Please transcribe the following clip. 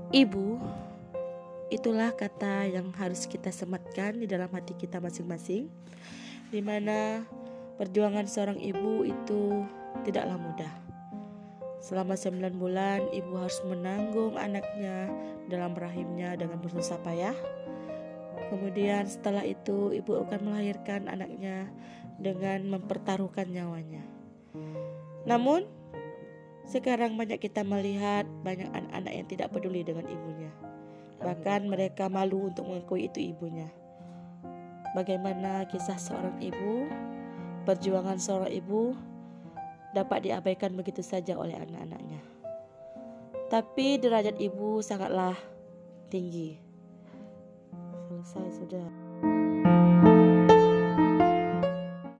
Ibu, itulah kata yang harus kita sematkan di dalam hati kita masing-masing, di mana perjuangan seorang ibu itu tidaklah mudah. Selama 9 bulan ibu harus menanggung anaknya dalam rahimnya dengan bersusah payah. Kemudian setelah itu ibu akan melahirkan anaknya dengan mempertaruhkan nyawanya. Namun sekarang banyak kita melihat banyak anak-anak yang tidak peduli dengan ibunya. Bahkan mereka malu untuk mengakui itu ibunya. Bagaimana kisah seorang ibu, perjuangan seorang ibu dapat diabaikan begitu saja oleh anak-anaknya. Tapi derajat ibu sangatlah tinggi. Selesai sudah.